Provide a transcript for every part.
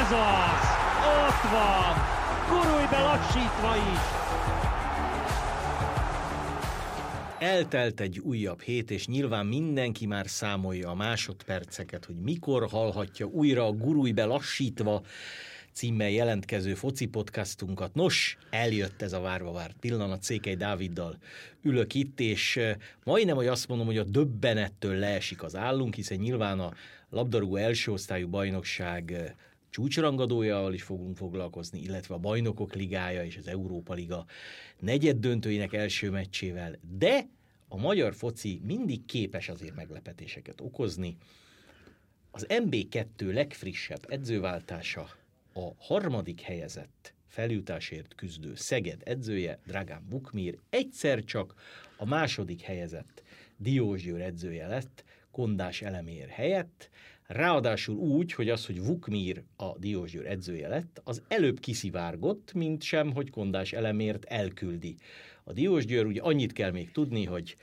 Ez az! Ott van! Gurulj be lassítva is! Eltelt egy újabb hét, és nyilván mindenki már számolja a másodperceket, hogy mikor hallhatja újra a Gurulj be lassítva címmel jelentkező foci podcastunkat. Nos, eljött ez a várva várt pillanat, Székely Dáviddal ülök itt, és majdnem, hogy azt mondom, hogy a döbbenettől leesik az állunk, hiszen nyilván a labdarúgó első osztályú bajnokság csúcsrangadójával is fogunk foglalkozni, illetve a Bajnokok Ligája és az Európa Liga negyeddöntőinek első meccsével, de a magyar foci mindig képes azért meglepetéseket okozni. Az MB2 legfrissebb edzőváltása a harmadik helyezett feljutásért küzdő Szeged edzője, Dragan Vukmir, egyszer csak a második helyezett Diósgyőr edzője lett, Kondás Elemér helyett, ráadásul úgy, hogy az, hogy Vukmir a Diósgyőr edzője lett, az előbb kiszivárgott, mint sem, hogy Kondás Elemért elküldi a Diósgyőr. Ugye annyit kell még tudni, hogy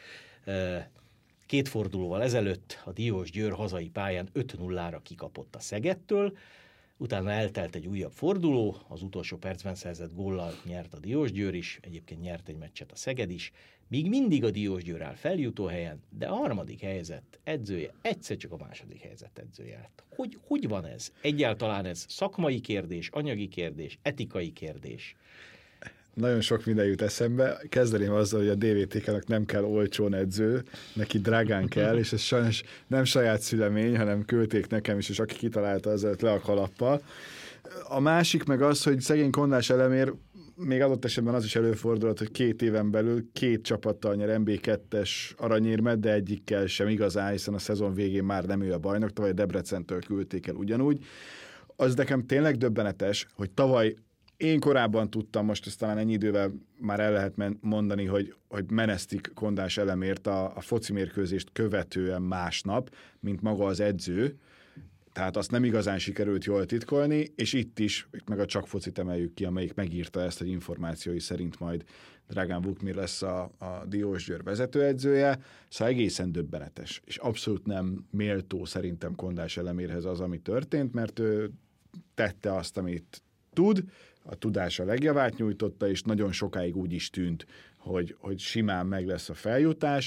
két fordulóval ezelőtt a Diósgyőr hazai pályán 5-0-ra kikapott a Szegedtől, utána eltelt egy újabb forduló, az utolsó percben szerzett góllal nyert a Diósgyőr is, egyébként nyert egy meccset a Szeged is, míg mindig a Diósgyőr áll feljutó helyen, de a harmadik helyezett edzője egyszer csak a második helyezett edzője lett. Hogy van ez? Egyáltalán ez szakmai kérdés, anyagi kérdés, etikai kérdés? Nagyon sok minden jut eszembe. Kezdeném azzal, hogy a DVTK-nak nem kell olcsón edző, neki drágán kell, és ez sajnos nem saját szülemény, hanem küldték nekem is, és aki kitalálta, azelőtt le a kalappal. A másik meg az, hogy szegény Kondás Elemér, még adott esetben az is előfordulhat, hogy 2 éven belül 2 csapattal nyer MB2-es aranyérmet, de egyikkel sem igazán, hiszen a szezon végén már nem ő a bajnok, tavaly Debrecentől küldték el ugyanúgy. Az nekem tényleg döbbenetes, hogy tavaly én korábban tudtam, most ezt talán ennyi idővel már el lehet mondani, hogy menesztik Kondás Elemért a foci mérkőzést követően másnap, mint maga az edző, tehát azt nem igazán sikerült jól titkolni, és itt meg a Csak Focit emeljük ki, amelyik megírta ezt, hogy információi szerint majd Dragan Vukmir lesz a Diósgyőr vezetőedzője, szóval egészen döbbenetes, és abszolút nem méltó szerintem Kondás Elemérhez az, ami történt, mert ő tette azt, amit tud, a tudása legjavát nyújtotta, és nagyon sokáig úgy is tűnt, hogy simán meg lesz a feljutás.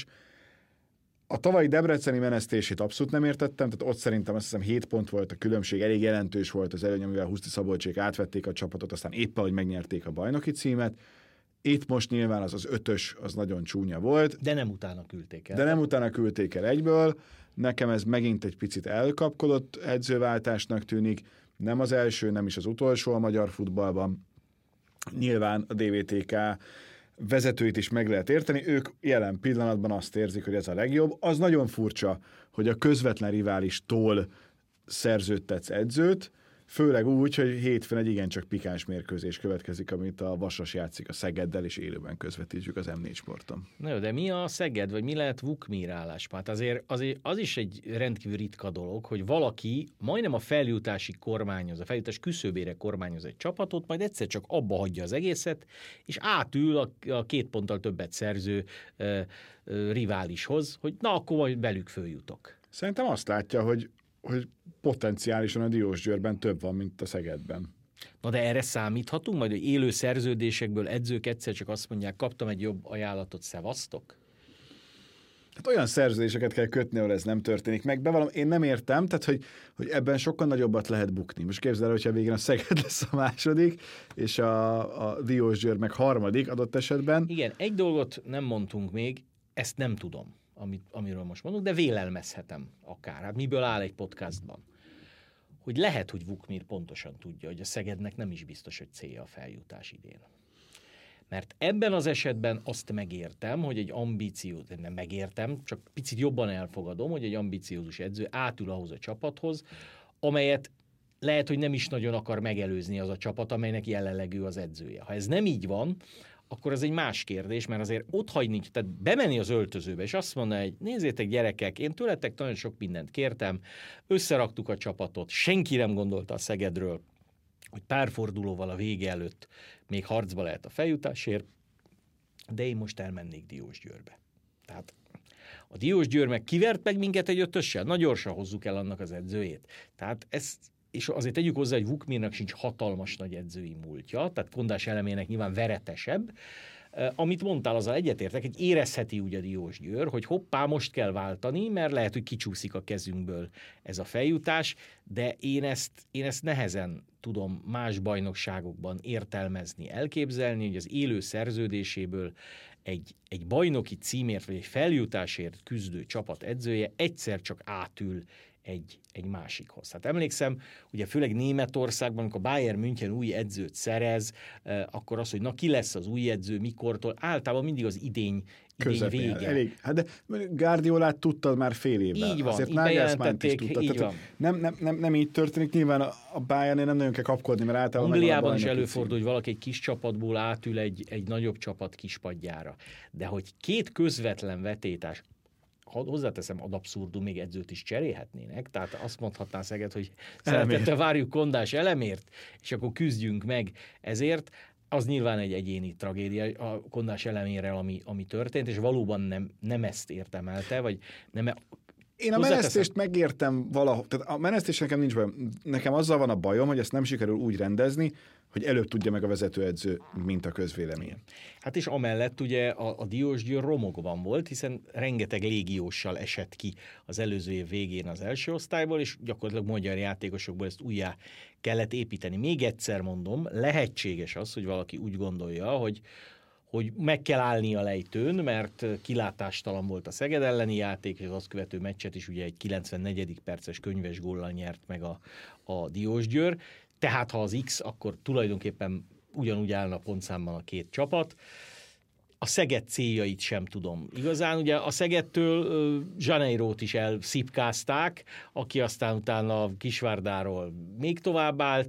A tavalyi debreceni menesztését abszolút nem értettem, tehát ott szerintem azt hiszem 7 pont volt a különbség, elég jelentős volt az előny, amivel Huszti Szabolcsék átvették a csapatot, aztán éppen, hogy megnyerték a bajnoki címet. Itt most nyilván az 5-ös, az nagyon csúnya volt. De nem utána küldték el. Egyből. Nekem ez megint egy picit elkapkodott edzőváltásnak tűnik. Nem az első, nem is az utolsó a magyar futballban. Nyilván a DVTK vezetőit is meg lehet érteni, ők jelen pillanatban azt érzik, hogy ez a legjobb. Az nagyon furcsa, hogy a közvetlen riválistól szerződtetsz edzőt, főleg úgy, hogy hétfőn egy igencsak pikáns mérkőzés következik, amit a Vasas játszik a Szegeddel, és élőben közvetítjük az M4 Sporton. Na jó, de mi a Szeged, vagy mi lehet Vukmir álláspont? Azért az is egy rendkívül ritka dolog, hogy valaki majdnem a feljutási kormányoz, a feljutás küszöbére kormányoz egy csapatot, majd egyszer csak abba hagyja az egészet, és átül a 2 ponttal többet szerző riválishoz, hogy na, akkor majd velük följutok. Szerintem azt látja, hogy potenciálisan a Diósgyőrben több van, mint a Szegedben. Na de erre számíthatunk majd, hogy élő szerződésekből edzők egyszer csak azt mondják, kaptam egy jobb ajánlatot, szevasztok? Hát olyan szerződéseket kell kötni, ahol ez nem történik meg. Bevallom, én nem értem, tehát hogy ebben sokkal nagyobbat lehet bukni. Most képzeld el, hogyha végén a Szeged lesz a második, és a Diósgyőr meg harmadik adott esetben. Igen, egy dolgot nem mondtunk még, ezt nem tudom, amiről most mondunk, de vélelmezhetem akár. Hát miből áll egy podcastban? Hogy lehet, hogy Vukmir pontosan tudja, hogy a Szegednek nem is biztos, hogy célja a feljutás idén. Mert ebben az esetben azt megértem, hogy egy nem megértem, csak picit jobban elfogadom, hogy egy ambiciózus edző átül ahhoz a csapathoz, amelyet lehet, hogy nem is nagyon akar megelőzni az a csapat, amelynek jelenleg ő az edzője. Ha ez nem így van, akkor ez egy más kérdés, mert azért otthagyni, tehát bemenni az öltözőbe, és azt mondani, hogy nézzétek gyerekek, én tőletek nagyon sok mindent kértem, összeraktuk a csapatot, senki nem gondolta a Szegedről, hogy pár fordulóval a vége előtt még harcba lehet a feljutásért, de én most elmennék Diósgyőrbe. Tehát a Diósgyőr meg kivert meg minket egy 5-össel, na gyorsan hozzuk el annak az edzőjét. Tehát és azért tegyük hozzá, hogy Vukmirnak sincs hatalmas nagy edzői múltja, tehát Kondás Elemének nyilván veretesebb. Amit mondtál, azzal egyetértek, hogy érezheti úgy a Diósgyőr, hogy hoppá, most kell váltani, mert lehet, hogy kicsúszik a kezünkből ez a feljutás, de én ezt nehezen tudom más bajnokságokban értelmezni, elképzelni, hogy az élő szerződéséből egy bajnoki címért, vagy egy feljutásért küzdő csapat edzője egyszer csak átül egy másikhoz. Hát emlékszem, ugye főleg Németországban, amikor Bayern München új edzőt szerez, akkor az, hogy na ki lesz az új edző, mikortól, általában mindig az idény vége. Elég. Hát de Guardiolát tudtad már fél évvel. Így van, azért így Nagelsmannt is tudtad. így van. Nem így történik. Nyilván a Bayernnél nem nagyon kell kapkodni, mert általában Angliában is előfordul, hogy valaki egy kis csapatból átül egy nagyobb csapat kispadjára. De hogy két közvetlen vetétás, hozzáteszem, ad abszurdum, még edzőt is cserélhetnének, tehát azt mondhatná Szeged, hogy szeretettel várjuk Kondás Elemért, és akkor küzdjünk meg ezért. Az nyilván egy egyéni tragédia a Kondás Elemérrel, ami történt, és valóban nem ezt értemelte, vagy nem. Én a menesztést megértem valahol, tehát a menesztés nekem nincs bajom. Nekem azzal van a bajom, hogy ezt nem sikerül úgy rendezni, hogy előbb tudja meg a vezetőedző, mint a közvélemény. Hát és amellett ugye a Diósgyőr romokban volt, hiszen rengeteg légióssal esett ki az előző év végén az első osztályból, és gyakorlatilag magyar játékosokból ezt újjá kellett építeni. Még egyszer mondom, lehetséges az, hogy valaki úgy gondolja, hogy meg kell állni a lejtőn, mert kilátástalan volt a Szeged elleni játék, és az azt követő meccset is ugye egy 94. perces könyves góllal nyert meg a Diósgyőr. Tehát ha az X, akkor tulajdonképpen ugyanúgy állna a pontszámban a két csapat. A Szeged céljait sem tudom. Igazán ugye a Szegedtől Zsaneirót is elszipkázták, aki aztán utána Kisvárdáról még tovább állt.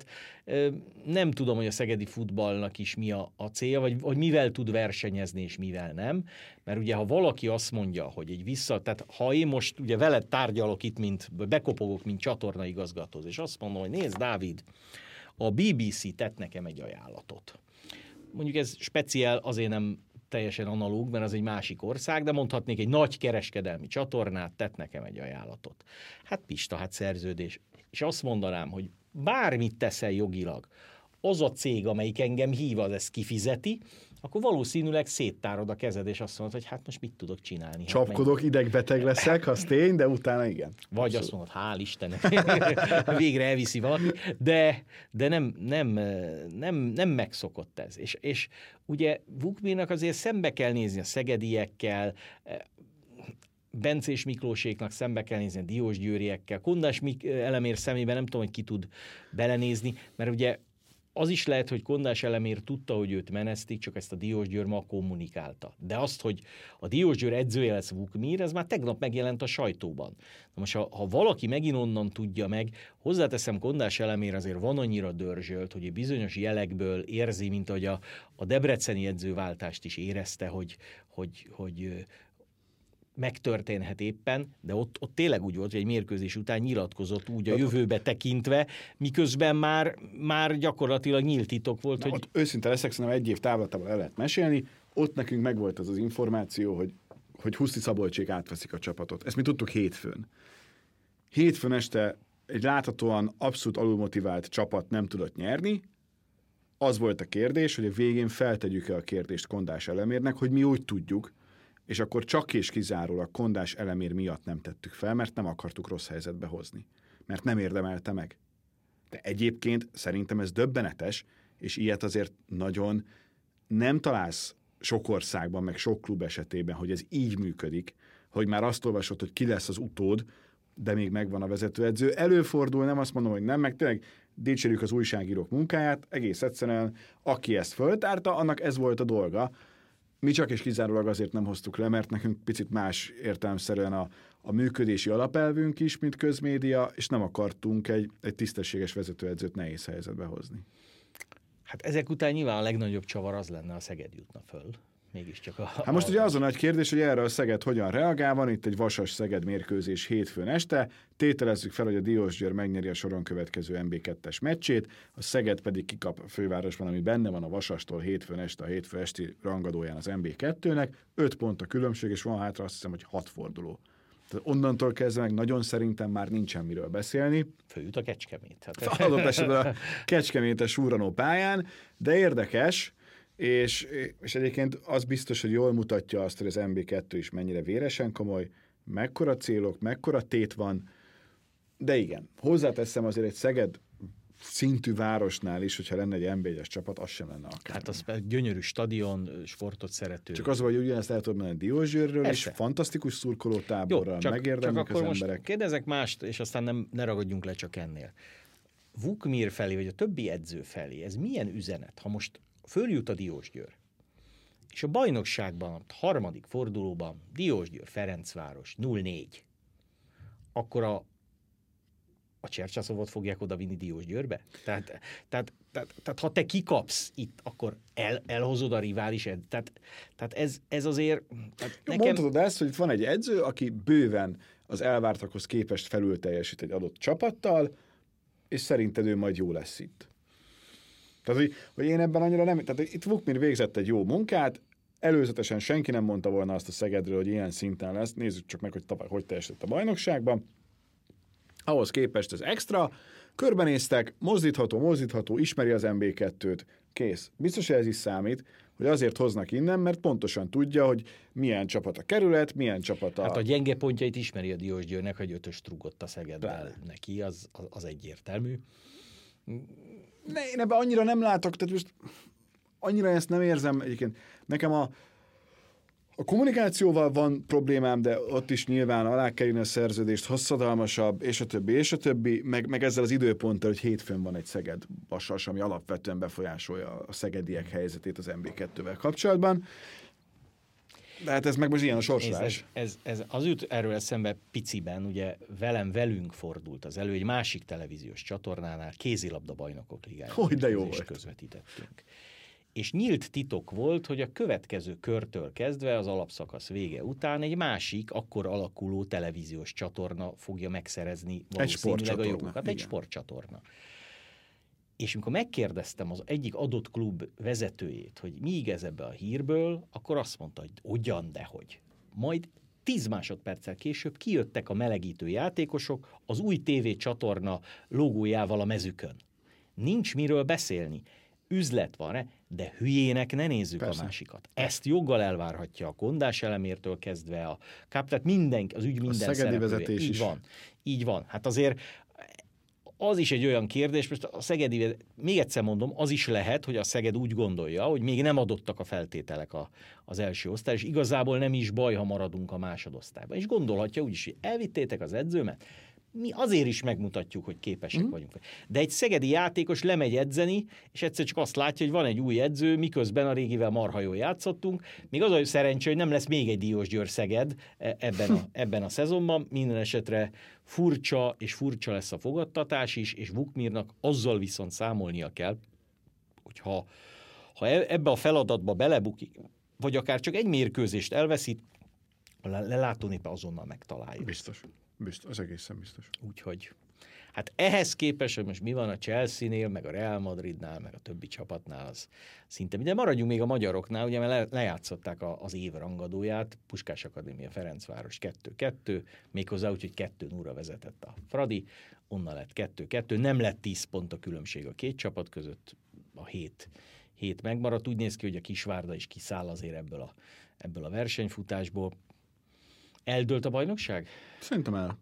Nem tudom, hogy a szegedi futballnak is mi a célja, vagy mivel tud versenyezni, és mivel nem. Mert ugye, ha valaki azt mondja, hogy tehát ha én most ugye veled tárgyalok itt, bekopogok, mint csatornaigazgatóz, és azt mondom, hogy nézd, Dávid, a BBC tett nekem egy ajánlatot. Mondjuk ez speciál, azért nem teljesen analóg, mert az egy másik ország, de mondhatnék, egy nagy kereskedelmi csatornát tett nekem egy ajánlatot. Hát Pista, hát szerződés. És azt mondanám, hogy bármit teszel jogilag, az a cég, amelyik engem hív, az ezt kifizeti, akkor valószínűleg széttárod a kezed, és azt mondod, hogy hát most mit tudok csinálni. Csapkodok, idegbeteg leszek, az tény, de utána igen. Vagy azt mondod, hál' Istennek, végre elviszi valaki, de nem megszokott ez. És ugye Vukmirnak azért szembe kell nézni a szegediekkel, Bencés Miklóséknak szembe kell nézni a Diósgyőriekkel, Kondás Elemér szemében nem tudom, hogy ki tud belenézni, mert ugye az is lehet, hogy Kondás Elemér tudta, hogy őt menesztik, csak ezt a Diósgyőr ma kommunikálta. De azt, hogy a Diósgyőr edzője lesz Vukmir, ez már tegnap megjelent a sajtóban. Na most, ha valaki megint onnan tudja meg, hozzáteszem, Kondás Elemér azért van annyira dörzsölt, hogy bizonyos jelekből érzi, mint ahogy a debreceni edzőváltást is érezte, hogy megtörténhet éppen, de ott tényleg úgy volt, hogy egy mérkőzés után nyilatkozott úgy a jövőbe tekintve, miközben már gyakorlatilag nyílt titok volt, hogy... Ott őszinte leszek, szerintem egy év távlatában el lehet mesélni, ott nekünk megvolt az információ, hogy Huszti Szabolcsék átveszik a csapatot. Ezt mi tudtuk hétfőn. Hétfőn este egy láthatóan abszolút alulmotivált csapat nem tudott nyerni. Az volt a kérdés, hogy a végén feltegyük-e a kérdést Kondás Elemérnek, hogy mi úgy tudjuk, és akkor csak és kizárólag Kondás Elemér miatt nem tettük fel, mert nem akartuk rossz helyzetbe hozni. Mert nem érdemelte meg. De egyébként szerintem ez döbbenetes, és ilyet azért nagyon nem találsz sok országban, meg sok klub esetében, hogy ez így működik, hogy már azt olvasod, hogy ki lesz az utód, de még megvan a vezetőedző. Előfordul, nem azt mondom, hogy nem, meg tényleg dicsérjük az újságírók munkáját, egész egyszerűen, aki ezt föltárta, annak ez volt a dolga. Mi csak és kizárólag azért nem hoztuk le, mert nekünk picit más értelemszerűen a működési alapelvünk is, mint közmédia, és nem akartunk egy tisztességes vezetőedzőt nehéz helyzetbe hozni. Hát ezek után nyilván a legnagyobb csavar az lenne, a Szeged jutna föl. Mégiscsak Hát most ugye az a nagy kérdés, hogy erre a Szeged hogyan reagál, van itt egy Vasas-Szeged mérkőzés hétfőn este, tételezzük fel, hogy a Diósgyőr megnyeri a soron következő MB2-es meccsét, a Szeged pedig kikap a fővárosban, ami benne van a Vasastól hétfőn este, a hétfő esti rangadóján az MB2-nek, 5 pont a különbség, és van hátra azt hiszem, hogy 6 forduló. Tehát onnantól kezdve meg nagyon szerintem már nincsen miről beszélni. Följut a Kecskemét. Hát. Adott esetben a Kecskemétes súranó pályán, de érdekes, és egyébként az biztos, hogy jól mutatja azt, hogy az MB2 is mennyire véresen komoly, mekkora célok, mekkora tét van, de igen, hozzáteszem azért egy Szeged szintű városnál is, hogyha lenne egy NB1-es csapat, az sem lenne akár. Hát az gyönyörű stadion, sportot szerető. Csak az, hogy ugyanezt el tudod menni Diósgyőrről, és fantasztikus szurkolótáborral, megérdemlik az emberek. Most kérdezek mást, és aztán ne ragadjunk le csak ennél. Vukmir felé, vagy a többi edző felé, ez milyen üzenet, ha most följut a Diósgyőr, és a bajnokságban, a harmadik fordulóban Diósgyőr-Ferencváros 0-4, akkor a Csercsaszovot fogják odavinni Diósgyőrbe? Tehát ha te kikapsz itt, akkor elhozod a rivális. Tehát ez azért... Nekem... Mondhatod ezt, hogy itt van egy edző, aki bőven az elvártakhoz képest felül teljesít egy adott csapattal, és szerinted ő majd jó lesz itt. Tehát, hogy én ebben annyira nem... Tehát itt Vukmir végzett egy jó munkát, előzetesen senki nem mondta volna azt a Szegedről, hogy ilyen szinten lesz. Nézzük csak meg, hogy tavaly hogy teljesített a bajnokságban. Ahhoz képest ez extra, körbenéztek, mozdítható, ismeri az MB2-t, kész. Biztos, hogy ez is számít, hogy azért hoznak innen, mert pontosan tudja, hogy milyen csapat a kerület, milyen csapat a... Hát a gyenge pontjait ismeri a Diósgyőrnek, hogy 5-öst rúgott a Szegeddel neki, az egyértelmű. Én ebben annyira nem látok, tehát most annyira ezt nem érzem egyébként. Nekem a kommunikációval van problémám, de ott is nyilván alá kell írni a szerződést, hosszadalmasabb, és a többi, meg ezzel az időponttal, hogy hétfőn van egy Szeged-Vasas, ami alapvetően befolyásolja a szegediek helyzetét az MB2-vel kapcsolatban. De hát ez meg most ilyen a sorsolás. Ez az jut erről eszembe piciben, ugye velünk fordult az elő, egy másik televíziós csatornánál kézilabda bajnokok ligája. Hogy de jó volt. Közvetítettünk. És nyílt titok volt, hogy a következő körtől kezdve az alapszakasz vége után egy másik, akkor alakuló televíziós csatorna fogja megszerezni valószínűleg a jogokat. Egy sportcsatorna. És amikor megkérdeztem az egyik adott klub vezetőjét, hogy mi igaz ebbe a hírből, akkor azt mondta, hogy ugyan, dehogy. Majd 10 másodperccel később kijöttek a melegítő játékosok az új tévécsatorna logójával a mezükön. Nincs miről beszélni. Üzlet van, de hülyének ne nézzük Persze. a másikat. Ezt joggal elvárhatja a Kondás Elemértől kezdve a tehát mindenki, az ügy minden szereplője. Így van. Hát azért az is egy olyan kérdés, most a Szegedi, még egyszer mondom, az is lehet, hogy a Szeged úgy gondolja, hogy még nem adottak a feltételek az első osztály, és igazából nem is baj, ha maradunk a másodosztályban. És gondolhatja úgyis, hogy elvittétek az edzőmet, mi azért is megmutatjuk, hogy képesek vagyunk. De egy szegedi játékos lemegy edzeni, és egyszer csak azt látja, hogy van egy új edző, miközben a régivel marha jól játszottunk. Még az a szerencsé, hogy nem lesz még egy Diósgyőr-Szeged ebben a szezonban. Minden esetre furcsa lesz a fogadtatás is, és Vukmirnak azzal viszont számolnia kell, hogy ha ebbe a feladatba belebukik, vagy akár csak egy mérkőzést elveszít, a lelátónépe azonnal megtalálja. Biztos, az egészen biztos. Úgyhogy, hát ehhez képest, hogy most mi van a Chelsea-nél, meg a Real Madridnál, meg a többi csapatnál, az szinte. De maradjunk még a magyaroknál, ugye mert lejátszották az év rangadóját, Puskás Akadémia Ferencváros 2-2, méghozzá úgy, hogy 2-0-ra vezetett a Fradi, onnan lett 2-2, nem lett 10 pont a különbség a két csapat között, a 7 megmaradt. Úgy néz ki, hogy a Kisvárda is kiszáll azért ebből a versenyfutásból. Eldőlt a bajnokság? Szerintem el.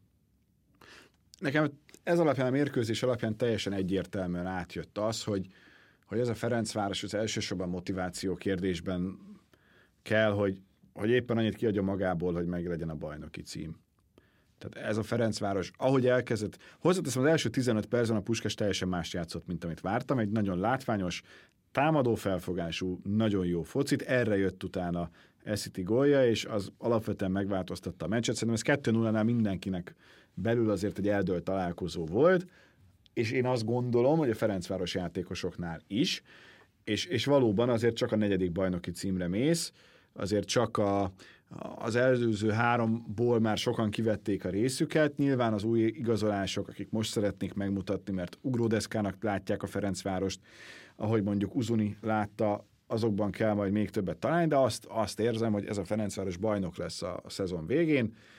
Nekem ez alapján, a mérkőzés alapján teljesen egyértelműen átjött az, hogy ez a Ferencváros az elsősorban motiváció kérdésben kell, hogy éppen annyit kiadja magából, hogy meglegyen a bajnoki cím. Tehát ez a Ferencváros, ahogy elkezdett, hozzáteszem, az első 15 percben a Puskás teljesen más játszott, mint amit vártam. Egy nagyon látványos, támadó felfogású, nagyon jó focit, erre jött utána Esziti gólja, és az alapvetően megváltoztatta a meccset. Szerintem ez 2-0-nál mindenkinek belül azért egy eldőlt találkozó volt, és én azt gondolom, hogy a Ferencváros játékosoknál is, és valóban azért csak a 4. bajnoki címre mész, azért csak az előző 3-ból már sokan kivették a részüket, nyilván az új igazolások, akik most szeretnék megmutatni, mert ugródeszkának látják a Ferencvárost, ahogy mondjuk Uzuni látta, azokban kell majd még többet találni, de azt érzem, hogy ez a Ferencváros bajnok lesz a szezon végén,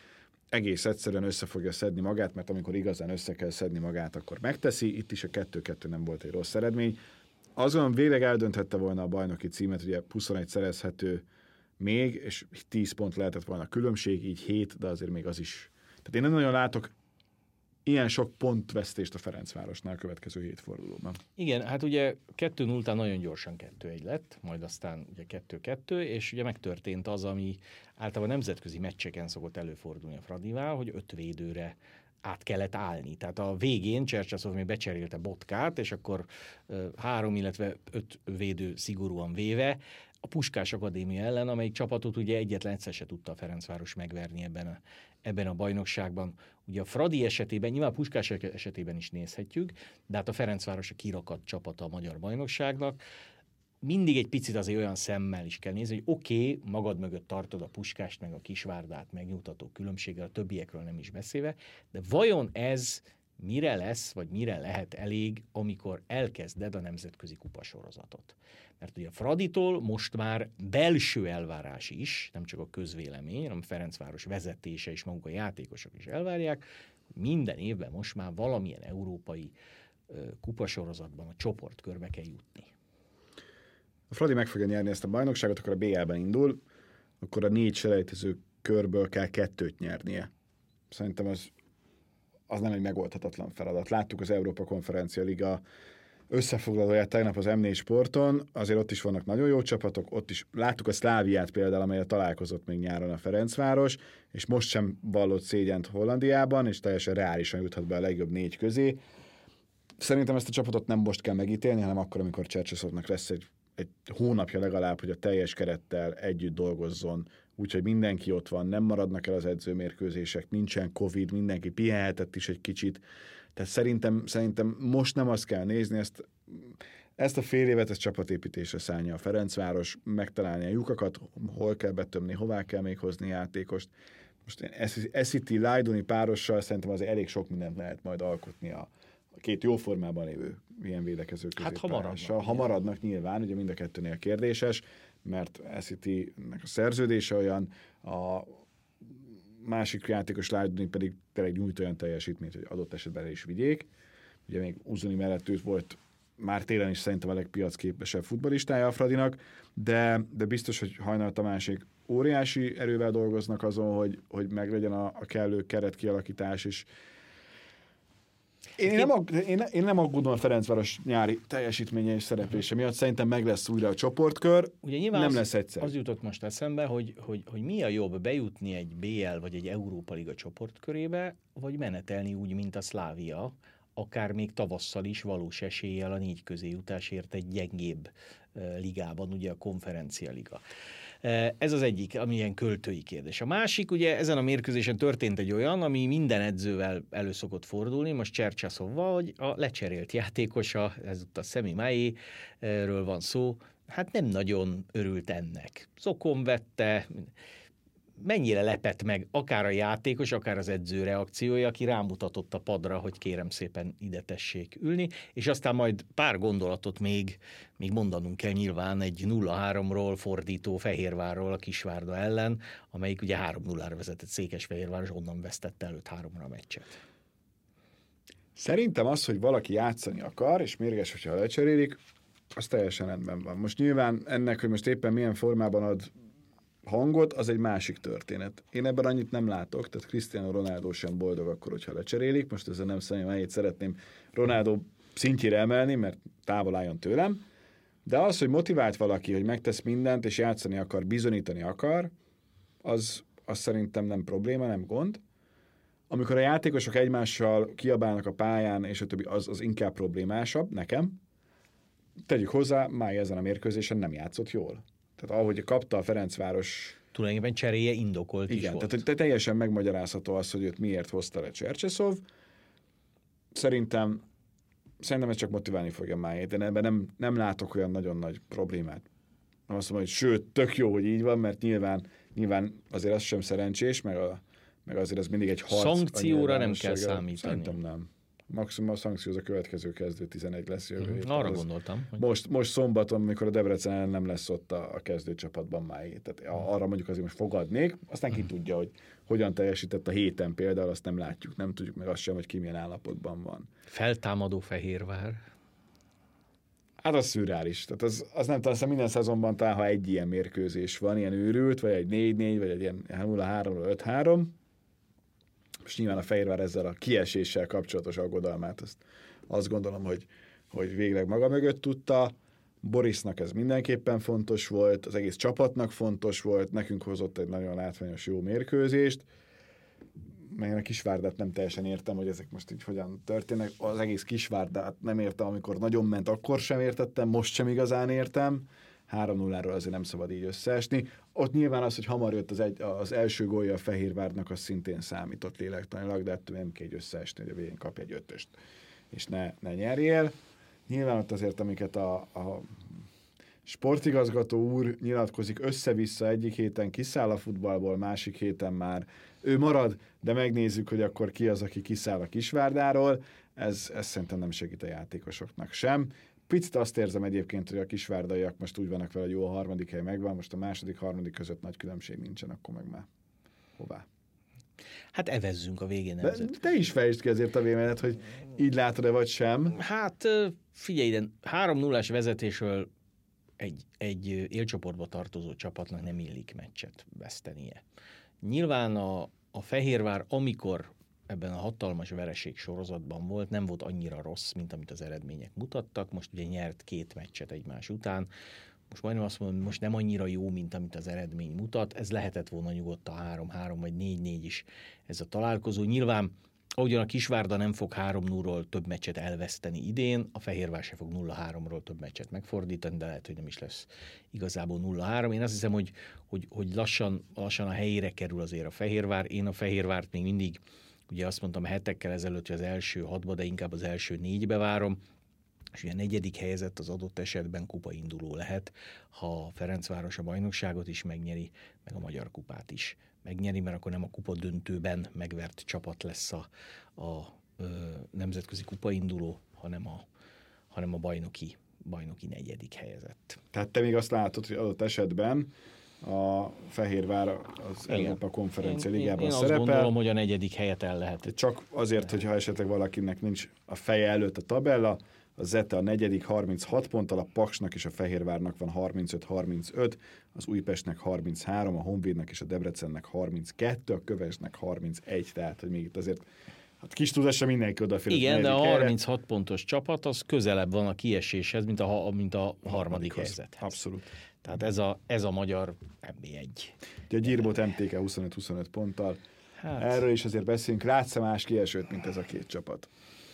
egész egyszerűen össze fogja szedni magát, mert amikor igazán össze kell szedni magát, akkor megteszi. Itt is a 2-2 nem volt egy rossz eredmény. Azon végleg eldönthette volna a bajnoki címet, ugye 21 szerezhető még, és 10 pont lehetett volna a különbség, így 7, de azért még az is. Tehát én nem nagyon látok ilyen sok pontvesztést a Ferencvárosnál a következő 7 fordulóban. Igen, hát ugye 2-0 után nagyon gyorsan 2-1 lett, majd aztán ugye 2-2, és ugye megtörtént az, ami általában nemzetközi meccseken szokott előfordulni a Fradival, hogy 5 védőre át kellett állni. Tehát a végén Csercseszov még becserélte Botkát, és akkor 3, illetve 5 védő szigorúan véve a Puskás Akadémia ellen, amelyik csapatot ugye egyetlen egyszer se tudta a Ferencváros megverni ebben a bajnokságban. Ugye a Fradi esetében, nyilván a Puskás esetében is nézhetjük, de hát a Ferencváros a kirakadt csapata a magyar bajnokságnak. Mindig egy picit azért olyan szemmel is kell nézni, hogy oké, magad mögött tartod a Puskást, meg a Kisvárdát megnyugtató különbséggel, a többiekről nem is beszélve, de vajon ez mire lesz, vagy mire lehet elég, amikor elkezded a nemzetközi kupasorozatot? Mert ugye a Fraditól most már belső elvárás is, nem csak a közvélemény, hanem a Ferencváros vezetése és maguk a játékosok is elvárják, hogy minden évben most már valamilyen európai kupasorozatban a csoportkörbe kell jutni. A Fradi meg fogja nyerni ezt a bajnokságot, akkor a BL-ben indul, akkor a 4 selejtező körből kell 2-t nyernie. Szerintem az nem egy megoldhatatlan feladat. Láttuk az Európa Konferencia Liga összefoglalóját tegnap az M4 Sporton, azért ott is vannak nagyon jó csapatok, ott is láttuk a Szláviát például, amelyet találkozott még nyáron a Ferencváros, és most sem vallott szégyent Hollandiában, és teljesen reálisan juthat be a legjobb 4 közé. Szerintem ezt a csapatot nem most kell megítélni, hanem akkor, amikor Csercseszovnak lesz egy hónapja legalább, hogy a teljes kerettel együtt dolgozzon, úgyhogy mindenki ott van, nem maradnak el az edzőmérkőzések, nincsen Covid, mindenki pihenhetett is egy kicsit. Tehát szerintem most nem azt kell nézni, ezt a fél évet ezt csapatépítésre szállja a Ferencváros, megtalálni a lyukakat, hol kell betömni, hová kell még hozni játékost. Most Esziti, Lajduni párossal szerintem azért elég sok mindent lehet majd alkotni a 2 jó formában lévő ilyen védekező középpályással. Hát ha maradnak nyilván, ugye mind a kettőnél kérdéses, mert Eszitinek a szerződése olyan, a másik játékos Lajduni pedig tényleg nyújt olyan teljesítményt, hogy adott esetben el is vigyék. Ugye még Uzuni mellett őt volt már télen is szerintem a legpiacképesebb futballistája a Fradinak, de biztos, hogy Hajnal Tamásék óriási erővel dolgoznak azon, hogy meglegyen a kellő keretkialakítás, és Én nem aggódom a Ferencváros nyári teljesítménye és szereplése miatt. Szerintem meg lesz újra a csoportkör. Ugye nyilván nem lesz egyszer. Az jutott most eszembe, hogy mi a jobb, bejutni egy BL vagy egy Európa Liga csoportkörébe, vagy menetelni úgy, mint a Szlávia, akár még tavasszal is valós eséllyel a 4 közé jutásért egy gyengébb ligában, ugye a Konferencia Liga. Ez az egyik, ami ilyen költői kérdés. A másik, ugye ezen a mérkőzésen történt egy olyan, ami minden edzővel elő szokott fordulni, most Csercseszovval, hogy a lecserélt játékosa, ezúttal Szemi Máéről van szó, hát nem nagyon örült ennek. Szokon vette, mennyire lepett meg akár a játékos, akár az edző reakciója, aki rámutatott a padra, hogy kérem szépen ide tessék ülni, és aztán majd pár gondolatot még mondanunk kell nyilván egy 0-3-ról fordító Fehérvárról a Kisvárda ellen, amelyik ugye 3-0-ra vezetett Székesfehérvár, és onnan vesztette előtt 3-ra a meccset. Szerintem az, hogy valaki játszani akar, és mérges, hogyha lecserélik, az teljesen rendben van. Most nyilván ennek, hogy most éppen milyen formában ad hangot, az egy másik történet. Én ebben annyit nem látok, tehát Cristiano Ronaldo sem boldog akkor, hogyha lecserélik. Most ezzel nem szeretném Ronaldo szintjére emelni, mert távol álljon tőlem, de az, hogy motivált valaki, hogy megtesz mindent, és játszani akar, bizonyítani akar, az szerintem nem probléma, nem gond. Amikor a játékosok egymással kiabálnak a pályán, és a többi, az inkább problémásabb nekem. Tegyük hozzá, Máj ezen a mérkőzésen nem játszott jól. Tehát ahogy kapta a Ferencváros... Tulajdonképpen cseréje indokolt is volt. Tehát teljesen megmagyarázható az, hogy őt miért hozta le Csercseszov. Szerintem ez csak motiválni fogja Májét. Én ebben nem látok olyan nagyon nagy problémát. Nem azt mondom, hogy sőt, tök jó, hogy így van, mert nyilván azért az sem szerencsés, meg azért ez mindig egy harc. Szankcióra nem kell számítani. Szerintem nem. Maximum a szankció az a következő kezdő 11 lesz jövő héten. Arra gondoltam. Hogy... Most szombaton, amikor a Debrecen ellen nem lesz ott a kezdőcsapatban máig. Tehát arra mondjuk azért most fogadnék, aztán ki tudja, hogy hogyan teljesített a héten például, azt nem látjuk, nem tudjuk meg azt sem, hogy ki milyen állapotban van. Feltámadó Fehérvár. Hát az szürreális. Tehát az nem talán minden szezonban talán, ha egy ilyen mérkőzés van, ilyen őrült, vagy egy 4-4, vagy egy ilyen 0-3, 5-3, és nyilván a Fehérvár ezzel a kieséssel kapcsolatos aggodalmát, azt gondolom, hogy végleg maga mögött tudta. Borisnak ez mindenképpen fontos volt, az egész csapatnak fontos volt, nekünk hozott egy nagyon látványos jó mérkőzést, meg a Kisvárdát nem teljesen értem, hogy ezek most így hogyan történnek. Az egész Kisvárdát nem értem, amikor nagyon ment, akkor sem értettem, most sem igazán értem. 3-0-ról azért nem szabad így összeesni. Ott nyilván az, hogy hamar jött az első gólja a Fehérvárnak, az szintén számított lélektanilag, de ettől nem kell összeesni, hogy a végén kapj egy 5-öst, és ne nyerjél. Nyilván ott azért, amiket a sportigazgató úr nyilatkozik össze-vissza, egyik héten kiszáll a futballból, másik héten már ő marad, de megnézzük, hogy akkor ki az, aki kiszáll a Kisvárdáról. Ez szerintem nem segít a játékosoknak sem. Picit azt érzem egyébként, hogy a kisvárdaiak most úgy vannak vele, hogy jó, a harmadik hely megvan, most a második, harmadik között nagy különbség nincsen, akkor meg már hová. Hát evezzünk a végén. De te is fejtsd ki azért a véleményed, hogy így látod-e vagy sem. Hát figyelj ide, 3-0-ás vezetésről egy élcsoportba tartozó csapatnak nem illik meccset vesztenie. Nyilván a Fehérvár, amikor ebben a hatalmas vereség sorozatban volt, nem volt annyira rossz, mint amit az eredmények mutattak. Most ugye nyert 2 meccset egymás után. Most majdnem azt mondom, hogy most nem annyira jó, mint amit az eredmény mutat. Ez lehetett volna nyugodtan 3-3 vagy 4-4 is ez a találkozó. Nyilván, ahogyan a Kisvárda nem fog 3-0-ról több meccset elveszteni idén, a Fehérvár se fog 0-3-ról több meccset megfordítani, de lehet, hogy nem is lesz igazából 0-3. Én azt hiszem, hogy lassan a helyére kerül azért a Fehérvár. Én a Fehérvárt még mindig, ugye azt mondtam hetekkel ezelőtt, hogy az első 6-ba, de inkább az első 4-be várom, és ugye a 4. helyezett az adott esetben kupainduló lehet, ha a Ferencváros a bajnokságot is megnyeri, meg a Magyar Kupát is megnyeri, mert akkor nem a kupa döntőben megvert csapat lesz a nemzetközi kupainduló, hanem a bajnoki 4. helyezett. Tehát te még azt látod, hogy adott esetben a Fehérvár az Európa Konferencia Ligában szerepel. Én azt gondolom, hogy a 4. helyet el lehet. Csak azért, hogyha esetleg valakinek nincs a feje előtt a tabella, a Zete a 4. 36 ponttal, a Paksnak és a Fehérvárnak van 35-35, az Újpestnek 33, a Honvédnek és a Debrecennek 32, a Kövesnek 31, tehát hogy még itt azért hát kis tudásra mindenki odafér. Igen, de a 36 pontos csapat az közelebb van a kieséshez, mint a harmadik helyzet. Abszolút. Tehát ez a magyar NB1. Ugye a Gyirmót MTK 25-25 ponttal. Hát, erről is azért beszélünk. Látsz-e más kiesőt, mint ez a 2 csapat?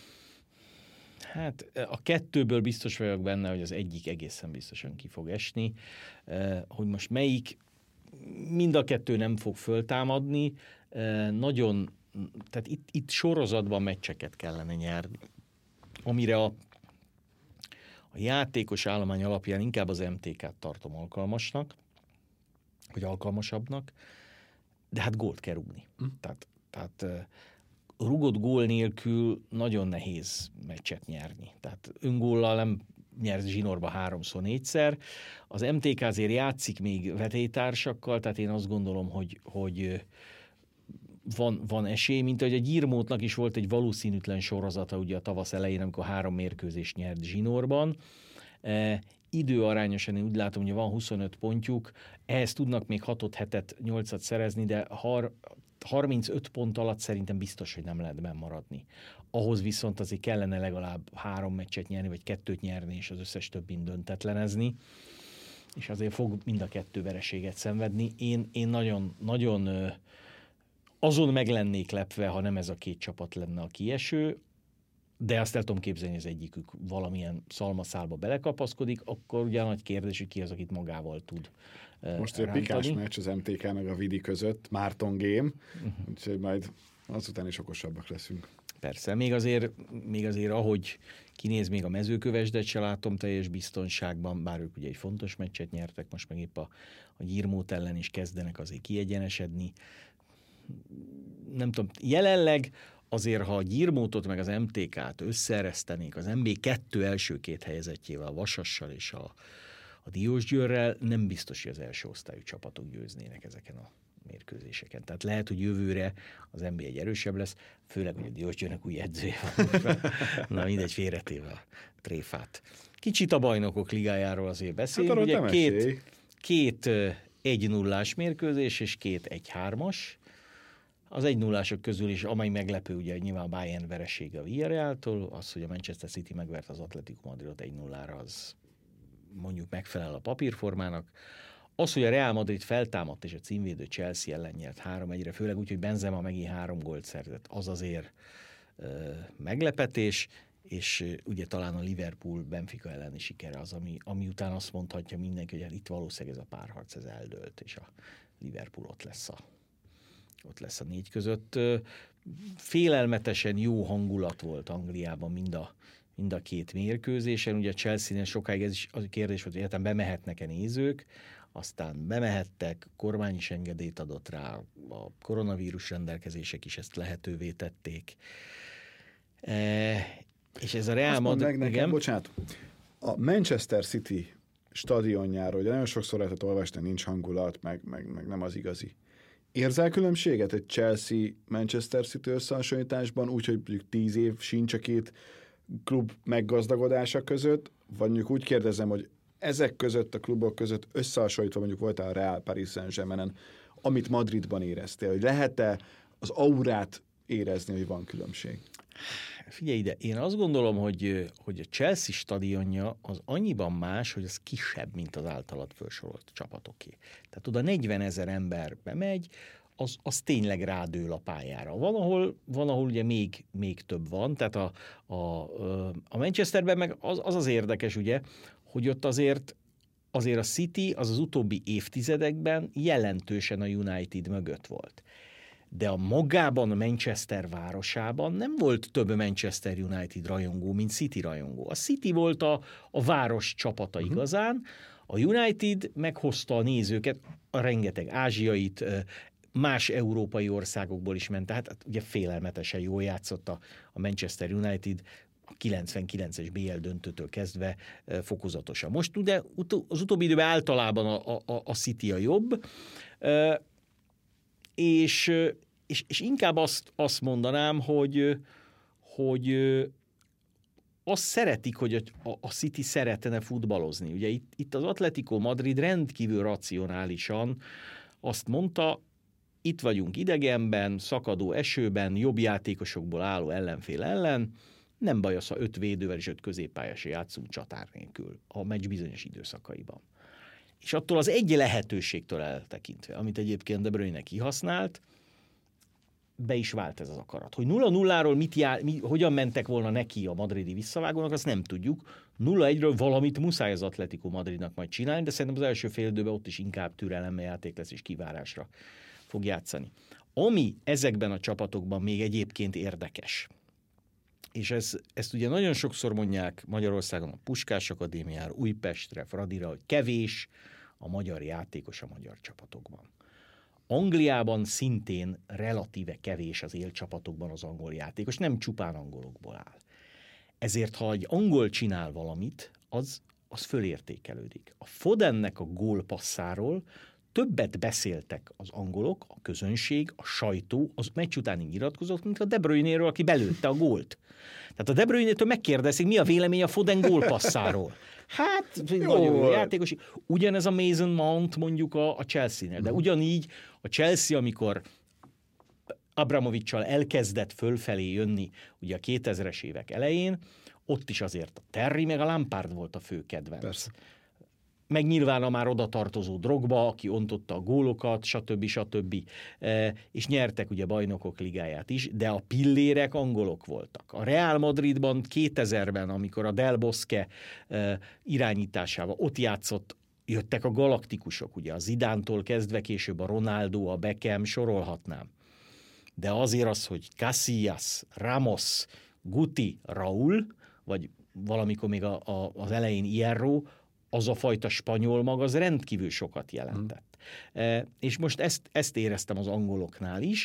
Hát a 2-ből biztos vagyok benne, hogy az egyik egészen biztosan ki fog esni. Hogy most melyik, mind a 2 nem fog föltámadni. Nagyon, tehát itt sorozatban meccseket kellene nyerni, amire a játékos állomány alapján inkább az MTK-t tartom alkalmasnak, vagy alkalmasabbnak, de hát gólt kell rúgni. Tehát rugott gól nélkül nagyon nehéz meccset nyerni. Tehát öngóllal nem nyersz zsinórba 3-4-szer. Az MTK azért játszik még vetélytársakkal, tehát én azt gondolom, hogy van esély, mint ahogy a Gyirmótnak is volt egy valószínűtlen sorozata ugye a tavasz elején, amikor 3 mérkőzést nyert zsinórban. Időarányosan én úgy látom, hogy van 25 pontjuk, ehhez tudnak még 6-7, 8-at szerezni, de 35 pont alatt szerintem biztos, hogy nem lehet benn maradni. Ahhoz viszont azért kellene legalább 3 meccset nyerni, vagy 2-t nyerni, és az összes többin döntetlenezni, és azért fog mind a 2 vereséget szenvedni. Én nagyon azon meg lennék lepve, ha nem ez a 2 csapat lenne a kieső, de azt el tudom képzelni, hogy az egyikük valamilyen szalmaszálba belekapaszkodik, akkor ugye nagy kérdés, hogy ki az, akit magával tud most egy pikás meccs az MTK meg a Vidi között, Márton Game, úgyhogy majd azután is okosabbak leszünk. Persze, még azért ahogy kinéz, még a Mezőkövesdet se látom teljes biztonságban, bár ők ugye egy fontos meccset nyertek, most meg épp a Gyirmót ellen is kezdenek azért kiegyenesedni. Nem tudom, jelenleg azért, ha a Gyirmótot meg az MTK-t összeeresztenék az MB2 első két helyezettjével, a Vasassal és a Diósgyőrrel, nem biztos, hogy az első osztályú csapatok győznének ezeken a mérkőzéseken. Tehát lehet, hogy jövőre az NB1 erősebb lesz, főleg, hogy a Diósgyőrnek új edzője van. Na mindegy, félretéve a tréfát. Kicsit a Bajnokok Ligájáról azért beszélünk. Hát ugye két 1-0-ás mérkőzés és két 1-3-as. Az 1-0-ások közül is, amely meglepő, ugye nyilván a Bayern veresége a Villarrealtól, az, hogy a Manchester City megvert az Atletico Madridot 1-0-ra, az mondjuk megfelel a papírformának. Az, hogy a Real Madrid feltámadt és a címvédő Chelsea ellen nyert 3-1-re, főleg úgy, hogy Benzema megint 3 gólt szerzett, az azért meglepetés, és ugye talán a Liverpool-Benfica elleni sikere az, ami után azt mondhatja mindenki, hogy hát itt valószínűleg ez a párharc, ez eldőlt, és a Liverpool ott lesz a 4 között. Félelmetesen jó hangulat volt Angliában mind a két mérkőzésen. Ugye a Chelsea-nél sokáig ez is az a kérdés volt, hogy egyáltalán bemehetnek-e nézők, aztán bemehettek, kormány is engedélyt adott rá, a koronavírus rendelkezések is ezt lehetővé tették. És ez a Real Madrid... Nekem, bocsánat, a Manchester City stadionjáról, ugye nagyon sokszor lehetett olvasni, nincs hangulat, meg nem az igazi. Érzel különbséget egy Chelsea-Manchester City összehasonlításban, úgyhogy mondjuk 10 év sincs a két klub meggazdagodása között, vagy mondjuk úgy kérdezem, hogy ezek között, a klubok között összehasonlítva mondjuk voltál a Real Paris Saint-Germainen, amit Madridban éreztél, hogy lehet-e az aurát érezni, hogy van különbség? Figyelj ide, én azt gondolom, hogy a Chelsea stadionja az annyiban más, hogy az kisebb, mint az általad felsorolt csapatoké. Tehát oda 40 000 ember bemegy, az tényleg rádől a pályára. Van, ahol ugye még több van, tehát a Manchesterben meg az érdekes, ugye, hogy ott azért a City az utóbbi évtizedekben jelentősen a United mögött volt. De a magában a Manchester városában nem volt több Manchester United rajongó, mint City rajongó. A City volt a város csapata igazán, a United meghozta a nézőket, a rengeteg ázsiait, más európai országokból is ment, tehát ugye félelmetesen jól játszott a Manchester United, a 99-es BL döntőtől kezdve fokozatosan. Most ugye az utóbbi időben általában a City a jobb, és inkább azt mondanám, hogy azt szeretik, hogy a City szeretne futballozni. Ugye itt az Atletico Madrid rendkívül racionálisan azt mondta, itt vagyunk idegenben, szakadó esőben, jobb játékosokból álló ellenfél ellen, nem baj az, ha 5 védővel és 5 középpályásra játszunk csatár nélkül a meccs bizonyos időszakaiban. És attól az egy lehetőségtől eltekintve, amit egyébként De Bruyne kihasznált, be is vált ez az akarat. Hogy 0-0-ról hogyan mentek volna neki a madridi visszavágónak, azt nem tudjuk. 0-1-ről valamit muszáj az Atletico Madridnak majd csinálni, de szerintem az első fél időben ott is inkább türelemmel játék lesz és kivárásra fog játszani. Ami ezekben a csapatokban még egyébként érdekes, és ezt ugye nagyon sokszor mondják Magyarországon a Puskás Akadémiára, Újpestre, Fradira, hogy kevés a magyar játékos a magyar csapatokban. Angliában szintén relatíve kevés az élcsapatokban az angol játékos, nem csupán angolokból áll. Ezért, ha egy angol csinál valamit, az fölértékelődik. A Fodennek a gólpasszáról többet beszéltek az angolok, a közönség, a sajtó, az meccs utáni nyilatkozott, mint a De Bruynéről, aki belőtte a gólt. Tehát a De Bruynétől megkérdezik, mi a vélemény a Foden gólpasszáról. Hát, nagyon jó játékos. Ugyanez a Mason Mount mondjuk a Chelsea-nél, de ugyanígy a Chelsea, amikor Abramovics-sal elkezdett fölfelé jönni ugye a 2000-es évek elején, ott is azért a Terry meg a Lampard volt a fő kedvenc. Persze. Meg nyilván a már oda tartozó Drogba, aki ontotta a gólokat, stb. És nyertek ugye Bajnokok Ligáját is, de a pillérek angolok voltak. A Real Madridban 2000-ben, amikor a Del Bosque irányításával ott jöttek a galaktikusok, ugye a Zidántól kezdve később a Ronaldo, a Beckham, sorolhatnám. De azért az, hogy Casillas, Ramos, Guti, Raúl, vagy valamikor még az elején Hierro, az a fajta spanyol mag, az rendkívül sokat jelentett. És most ezt éreztem az angoloknál is,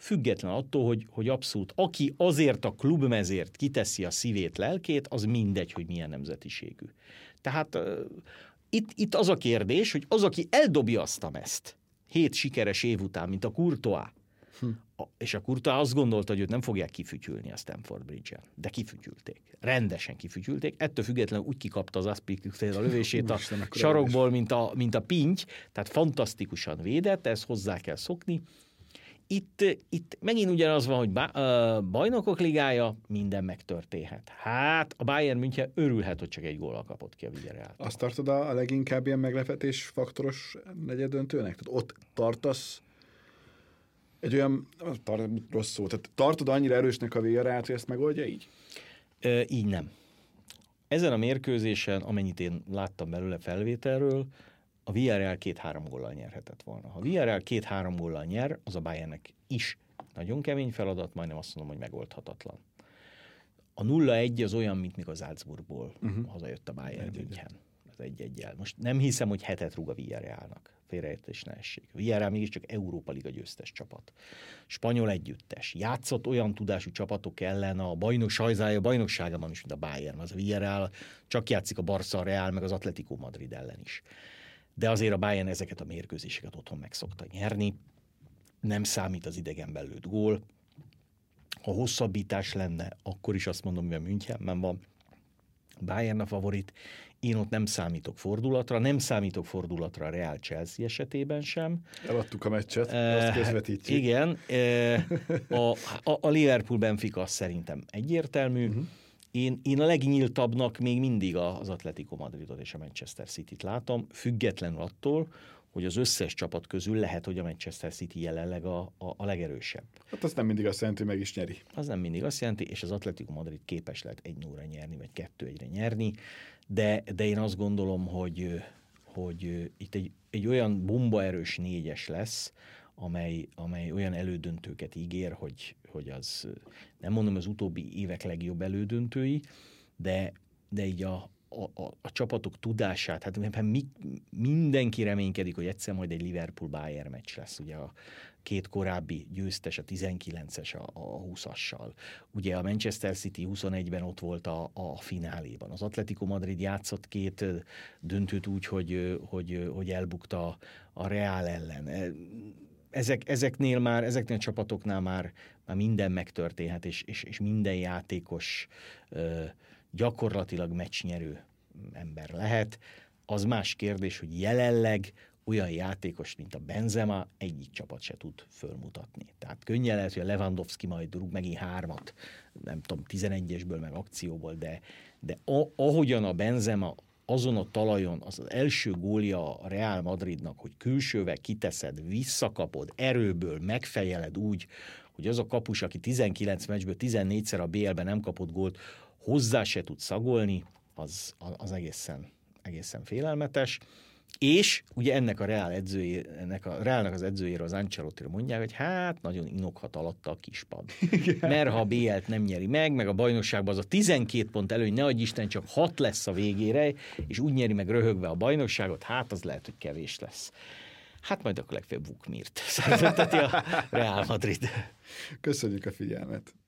független attól, hogy abszolút aki azért a klubmezért kiteszi a szívét, lelkét, az mindegy, hogy milyen nemzetiségű. Tehát itt az a kérdés, hogy az, aki eldobja azt a mezt 7 sikeres év után, mint a Courtois, és a Courtois azt gondolta, hogy őt nem fogják kifütyülni a Stamford Bridge-en, de kifütyülték. Rendesen kifütyülték. Ettől függetlenül úgy kikapta az Azpilicueta a lövését a sarokból, mint a pinty, tehát fantasztikusan védett, ezt hozzá kell szokni. Itt megint ugyanaz van, hogy bajnokok ligája, minden megtörténhet. Hát a Bayern München örülhet, hogy csak egy góllal kapott ki a Villarreal-tól. Azt tartod a leginkább ilyen meglepetés faktoros negyedöntőnek? Tehát ott tartasz egy olyan, rossz szó, tehát tartod annyira erősnek a Villarrealt, hogy ezt megoldja így? Így nem. Ezen a mérkőzésen, amennyit én láttam belőle felvételről, a Villarreal 2-3 góllal nyerhetett volna. Ha Villarreal 2-3 góllal nyer, az a Bayernnek is nagyon kemény feladat, majdnem azt mondom, hogy megoldhatatlan. A 0-1 az olyan, mint mikor Salzburgból hazajött a Bayern München. Az 1-1-jel. Most nem hiszem, hogy hetet rúg a Villarrealnak. Félreértés ne essék. A Villarreal mégiscsak Európa Liga győztes csapat. Spanyol együttes. Játszott olyan tudású csapatok ellen a bajnokságában is, mint a Bayern. Az a Villarreal csak játszik a Barca, a Real, meg az Atletico Madrid ellen is. De azért a Bayern ezeket a mérkőzéseket otthon meg szokta nyerni. Nem számít az idegenben lőtt gól. Ha hosszabbítás lenne, akkor is azt mondom, hogy a Münchenben van. Bayern a favorit. Én ott nem számítok fordulatra. Nem számítok fordulatra a Real Chelsea esetében sem. Eladtuk a meccset, azt közvetítjük. Igen. A Liverpool Benfica szerintem egyértelmű. Én a legnyíltabbnak még mindig az Atletico Madridot és a Manchester Cityt látom, függetlenül attól, hogy az összes csapat közül lehet, hogy a Manchester City jelenleg a legerősebb. Hát az nem mindig azt jelenti, hogy meg is nyeri. Az nem mindig azt jelenti, és az Atletico Madrid képes lehet 1-0-ra nyerni, vagy 2-1-re nyerni, de én azt gondolom, hogy itt egy olyan bombaerős 4-es lesz, amely olyan elődöntőket ígér, hogy az, nem mondom az utóbbi évek legjobb elődöntői, de így a csapatok tudását, hát mindenki reménykedik, hogy egyszer majd egy Liverpool-Bayern meccs lesz, ugye a 2 korábbi győztes, a 19-es a 20-assal. Ugye a Manchester City 21-ben ott volt a fináléban. Az Atletico Madrid játszott 2 döntőt úgy, hogy elbukta a Real ellen. Ezeknél a csapatoknál már minden megtörténhet, és minden játékos gyakorlatilag meccsnyerő ember lehet. Az más kérdés, hogy jelenleg olyan játékos, mint a Benzema, egyik csapat se tud fölmutatni. Tehát könnyen lehet, hogy a Lewandowski majd rúg megint 3-at, nem tudom, 11-esből, meg akcióból, de ahogyan a Benzema azon a talajon, az első gólja a Real Madridnak, hogy külsővel kiteszed, visszakapod, erőből megfejeled úgy, hogy az a kapus, aki 19 meccsből 14-szer a BL-ben nem kapott gólt, hozzá se tud szagolni, az egészen félelmetes. És ugye ennek a Realnak az edzőjéről, az Ancelottira mondják, hogy hát nagyon inokhat alatta a kispad. Mert ha a BL-t nem nyeri meg a bajnokságban az a 12 pont előny, ne adj Isten, csak 6 lesz a végére, és úgy nyeri meg röhögve a bajnokságot, hát az lehet, hogy kevés lesz. Hát majd akkor legfeljebb Vukmirt szerződteti a Real Madrid. Köszönjük a figyelmet!